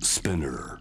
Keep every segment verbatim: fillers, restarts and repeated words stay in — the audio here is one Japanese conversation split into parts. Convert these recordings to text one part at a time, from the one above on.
Spinner。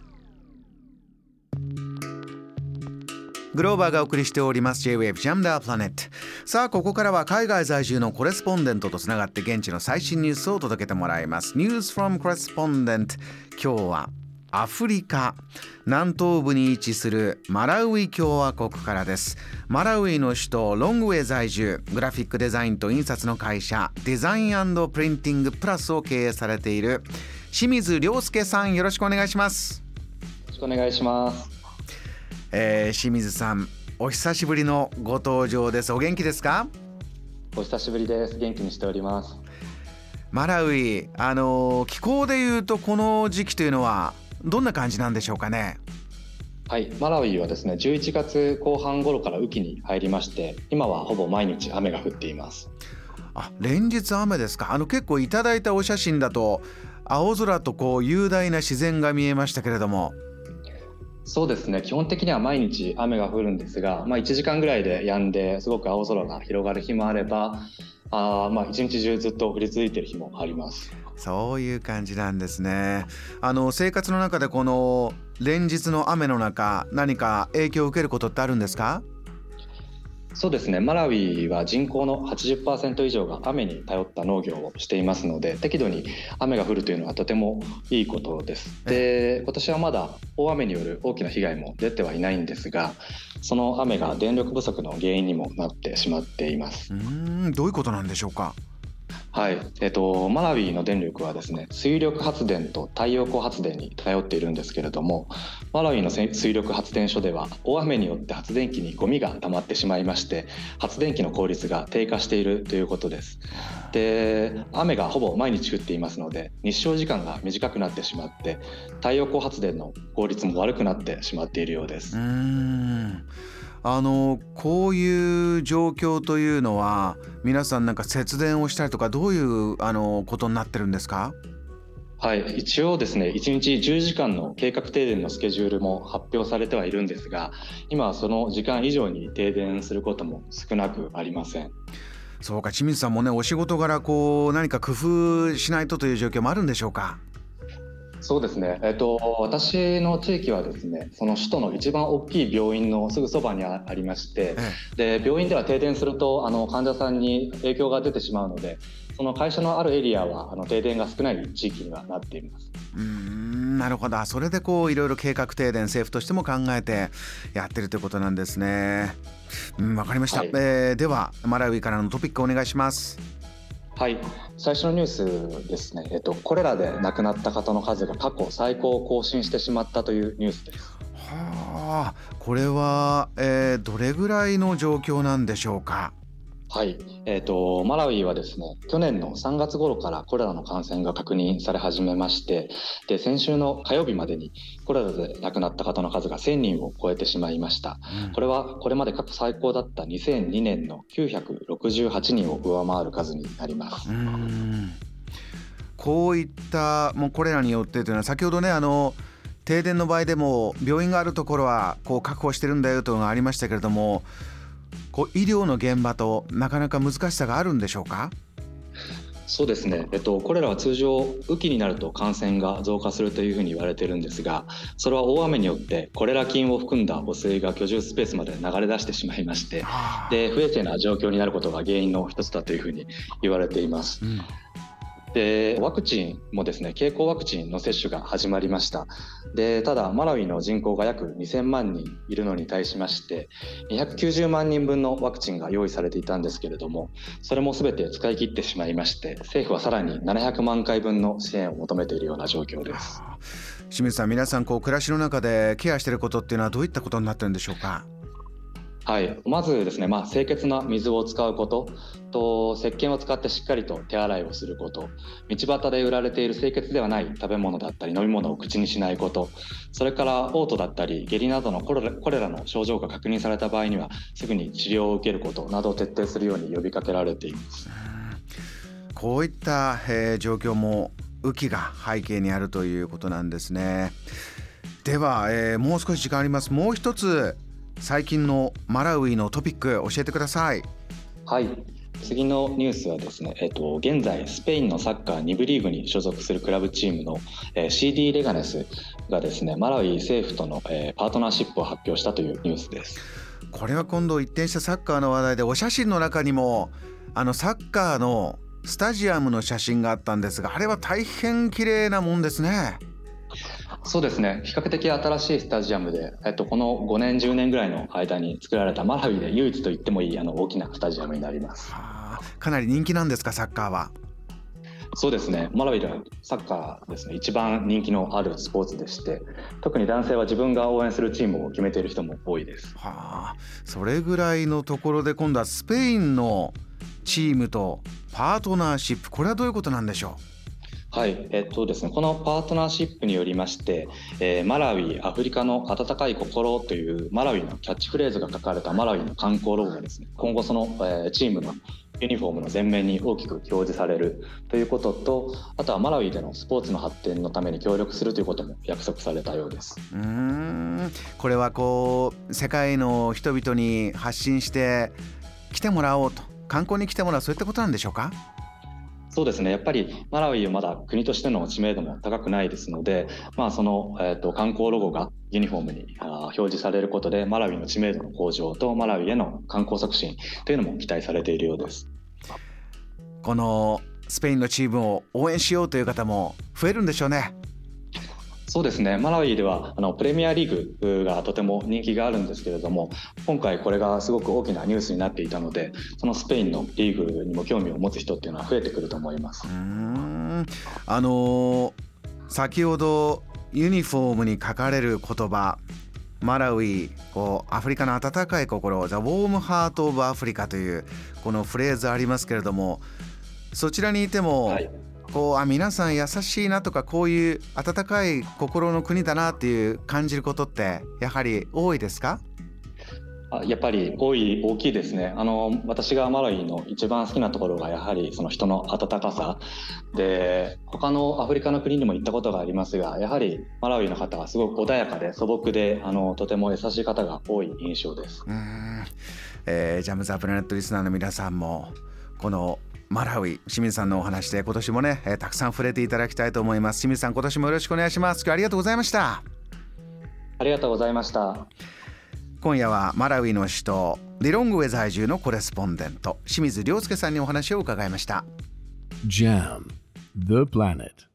グローバーがお送りしております J-Wave Jam the Planet。 さあここからは海外在住のコレスポンデントとつながって現地の最新ニュースを届けてもらいます。 News from Correspondent。 今日はアフリカ南東部に位置するマラウイ共和国からです。マラウイの首都ロングウェイ在住、グラフィックデザインと印刷の会社デザイン&プリンティングプラスを経営されている清水亮介さん、よろしくお願いします。 よろしくお願いします。 えー、清水さん、お久しぶりのご登場です。お元気ですか？ お久しぶりです。元気にしております。 マラウイ、あのー、気候でいうとこの時期というのはどんな感じなんでしょうかね？ はい、マラウイはですね、じゅういちがつこう半頃から雨季に入りまして、今はほぼ毎日雨が降っています。 あ、連日雨ですか？あの結構いただいたお写真だと青空とこう雄大な自然が見えましたけれども。 そうですね、基本的には毎日雨が降るんですが、まあ、いちじかんぐらいで止んですごく青空が広がる日もあれば、あまあ一日中ずっと降り続いている日もあります。 そういう感じなんですね。あの生活の中でこの連日の雨の中、何か影響を受けることってあるんですか？ そうですね、マラウイは人口の はちじゅっパーセント 以上が雨に頼った農業をしていますので、適度に雨が降るというのはとてもいいことです。で、今年はまだ大雨による大きな被害も出てはいないんですが、その雨が電力不足の原因にもなってしまっています。 うーん、どういうことなんでしょうか？ はい、えっと、マラウイの電力はですね、水力発電と太陽光発電に頼っているんですけれども、マラウイの水力発電所では大雨によって発電機にゴミが溜まってしまいまして、発電機の効率が低下しているということです。で、雨がほぼ毎日降っていますので、日照時間が短くなってしまって、太陽光発電の効率も悪くなってしまっているようです。 うーん、あのこういう状況というのは皆さんなんか節電をしたりとか、どういうあのことになってるんですか？ はい、一応ですね、いちにちじゅうじかんの計画停電のスケジュールも発表されてはいるんですが、今はその時間以上に停電することも少なくありません。 そうか、清水さんもね、お仕事柄こう何か工夫しないとという状況もあるんでしょうか？ そうですね、えっと、私の地域はですね、その首都の一番大きい病院のすぐそばにありまして、で病院では停電するとあの患者さんに影響が出てしまうので、その会社のあるエリアはあの停電が少ない地域にはなっています。 うーん、なるほど。それでこういろいろ計画停電、政府としても考えてやってるということなんですね。うん、わかりました、 はい。 えーではマラウイからのトピックお願いします。 はい、最初のニュースですね、えっと、コレラで亡くなった方の数が過去最高を更新してしまったというニュースです。 はあ、これは、えーどれぐらいの状況なんでしょうか？ はい、えーと、マラウイはですね、去年のさんがつ頃からコレラの感染が確認され始めまして、で先週の火曜日までにコレラで亡くなった方の数がせんにんを超えてしまいました。 うん、 これはこれまで過去最高だったにせんにねんのきゅうひゃくろくじゅうはちにんを上回る数になります。 うーん、こういったもうこれらによってというのは、先ほどね、あの停電の場合でも病院があるところはこう確保してるんだよというのがありましたけれども、こう医療の現場となかなか難しさがあるんでしょうか？ そうですね、えっと、コレラは通常雨季になると感染が増加するというふうに言われているんですが、それは大雨によってコレラ菌を含んだ汚水が居住スペースまで流れ出してしまいまして、 はあ、 で不衛生な状況になることが原因の一つだというふうに言われています。 うん、 でワクチンもですね、経口ワクチンの接種が始まりました。でただマラウイの人口が約にせんまんにんいるのに対しまして、にひゃくきゅうじゅうまんにんぶんのワクチンが用意されていたんですけれども、それも全て使い切ってしまいまして、政府はさらにななひゃくまんかいぶんの支援を求めているような状況です。 清水さん、皆さんこう暮らしの中でケアしていることっていうのはどういったことになってるんでしょうか？ はい、まずですね、まあ、清潔な水を使うことと、石鹸を使ってしっかりと手洗いをすること、道端で売られている清潔ではない食べ物だったり飲み物を口にしないこと、それから嘔吐だったり下痢などのコレラ、コレラの症状が確認された場合にはすぐに治療を受けることなどを徹底するように呼びかけられています。 こういった、えー状況も雨季が背景にあるということなんですね。では、えーもう少し時間あります。もう一つ最近のマラウイのトピック教えてください。 はい、 次のニュースはですね、えっと、現在スペインのサッカーに部リーグに所属するクラブチームの、えー、シーディー レガネスがですね、マラウイ政府との、えー、パートナーシップを発表したというニュースです。 これは今度一転したサッカーの話題で、お写真の中にもあのサッカーのスタジアムの写真があったんですが、あれは大変綺麗なもんですね。 そうですね、比較的新しいスタジアムで、えっと、このごねんじゅうねんぐらいの間に作られたマラウイで唯一と言ってもいいあの大きなスタジアムになります。 はあ、かなり人気なんですか、サッカーは。 そうですね、マラウイではサッカーですね、一番人気のあるスポーツでして、特に男性は自分が応援するチームを決めている人も多いです。 はあ、それぐらいのところで今度はスペインのチームとパートナーシップ、これはどういうことなんでしょう。 はい、えっとですね、このパートナーシップによりまして、えー、マラウイアフリカの温かい心というマラウイのキャッチフレーズが書かれたマラウイの観光ロゴがですね、今後その、えー、チームのユニフォームの前面に大きく表示されるということと、あとはマラウイでのスポーツの発展のために協力するということも約束されたようです。 うーん、これはこう世界の人々に発信して来てもらおうと、観光に来てもらう、そういったことなんでしょうか。 そうですね、やっぱりマラウイはまだ国としての知名度も高くないですので、まあ、その、えーと、観光ロゴがユニフォームにあ表示されることでマラウイの知名度の向上とマラウイへの観光促進というのも期待されているようです。 このスペインのチームを応援しようという方も増えるんでしょうね。 そうですね、マラウイではあのプレミアリーグがとても人気があるんですけれども、今回これがすごく大きなニュースになっていたので、そのスペインのリーグにも興味を持つ人っていうのは増えてくると思います。 うーん、あのー、先ほどユニフォームに書かれる言葉、マラウイ、こうアフリカの温かい心、The Warm Heart of Africa というこのフレーズありますけれども、そちらにいても、はい、こうあ皆さん優しいなとか、こういう温かい心の国だなっていう感じることってやはり多いですか？ やっぱり多い大きいですね。あの私がマラウイの一番好きなところがやはりその人の温かさで、他のアフリカの国にも行ったことがありますが、やはりマラウイの方はすごく穏やかで素朴で、あのとても優しい方が多い印象です。 うーん、えー、ジャムザプラネットリスナーの皆さんもこのマラウイ、清水さんのお話で今年もね、えー、たくさん触れていただきたいと思います。清水さん、今年もよろしくお願いします。今日はありがとうございました。 ありがとうございました。 今夜はマラウイの首都リロングウェ在住のコレスポンデント清水亮介さんにお話を伺いました。 ジャム The Planet